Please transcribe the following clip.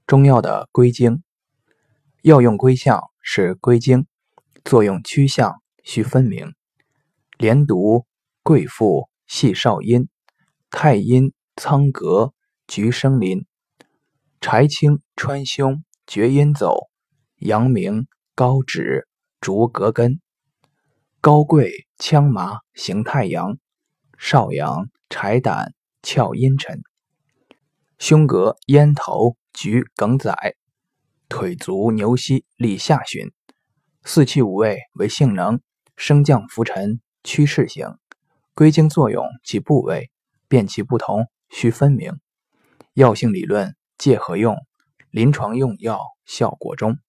中药的归经，药用归象是归经，作用趋向需分明。连读、桂附、细少阴、太阴、苍阁、橘生临、柴青、川芎、厥阴走、阳明、高脂、竹葛根、高贵、羌麻行太阳、少阳、柴胆窍阴沉、胸膈、咽头、橘梗仔、腿足、牛膝利下旬。四气五味为性能，升降浮沉，趋势型。归经作用及部位，辨其不同需分明。药性理论借合用，临床用药效果中。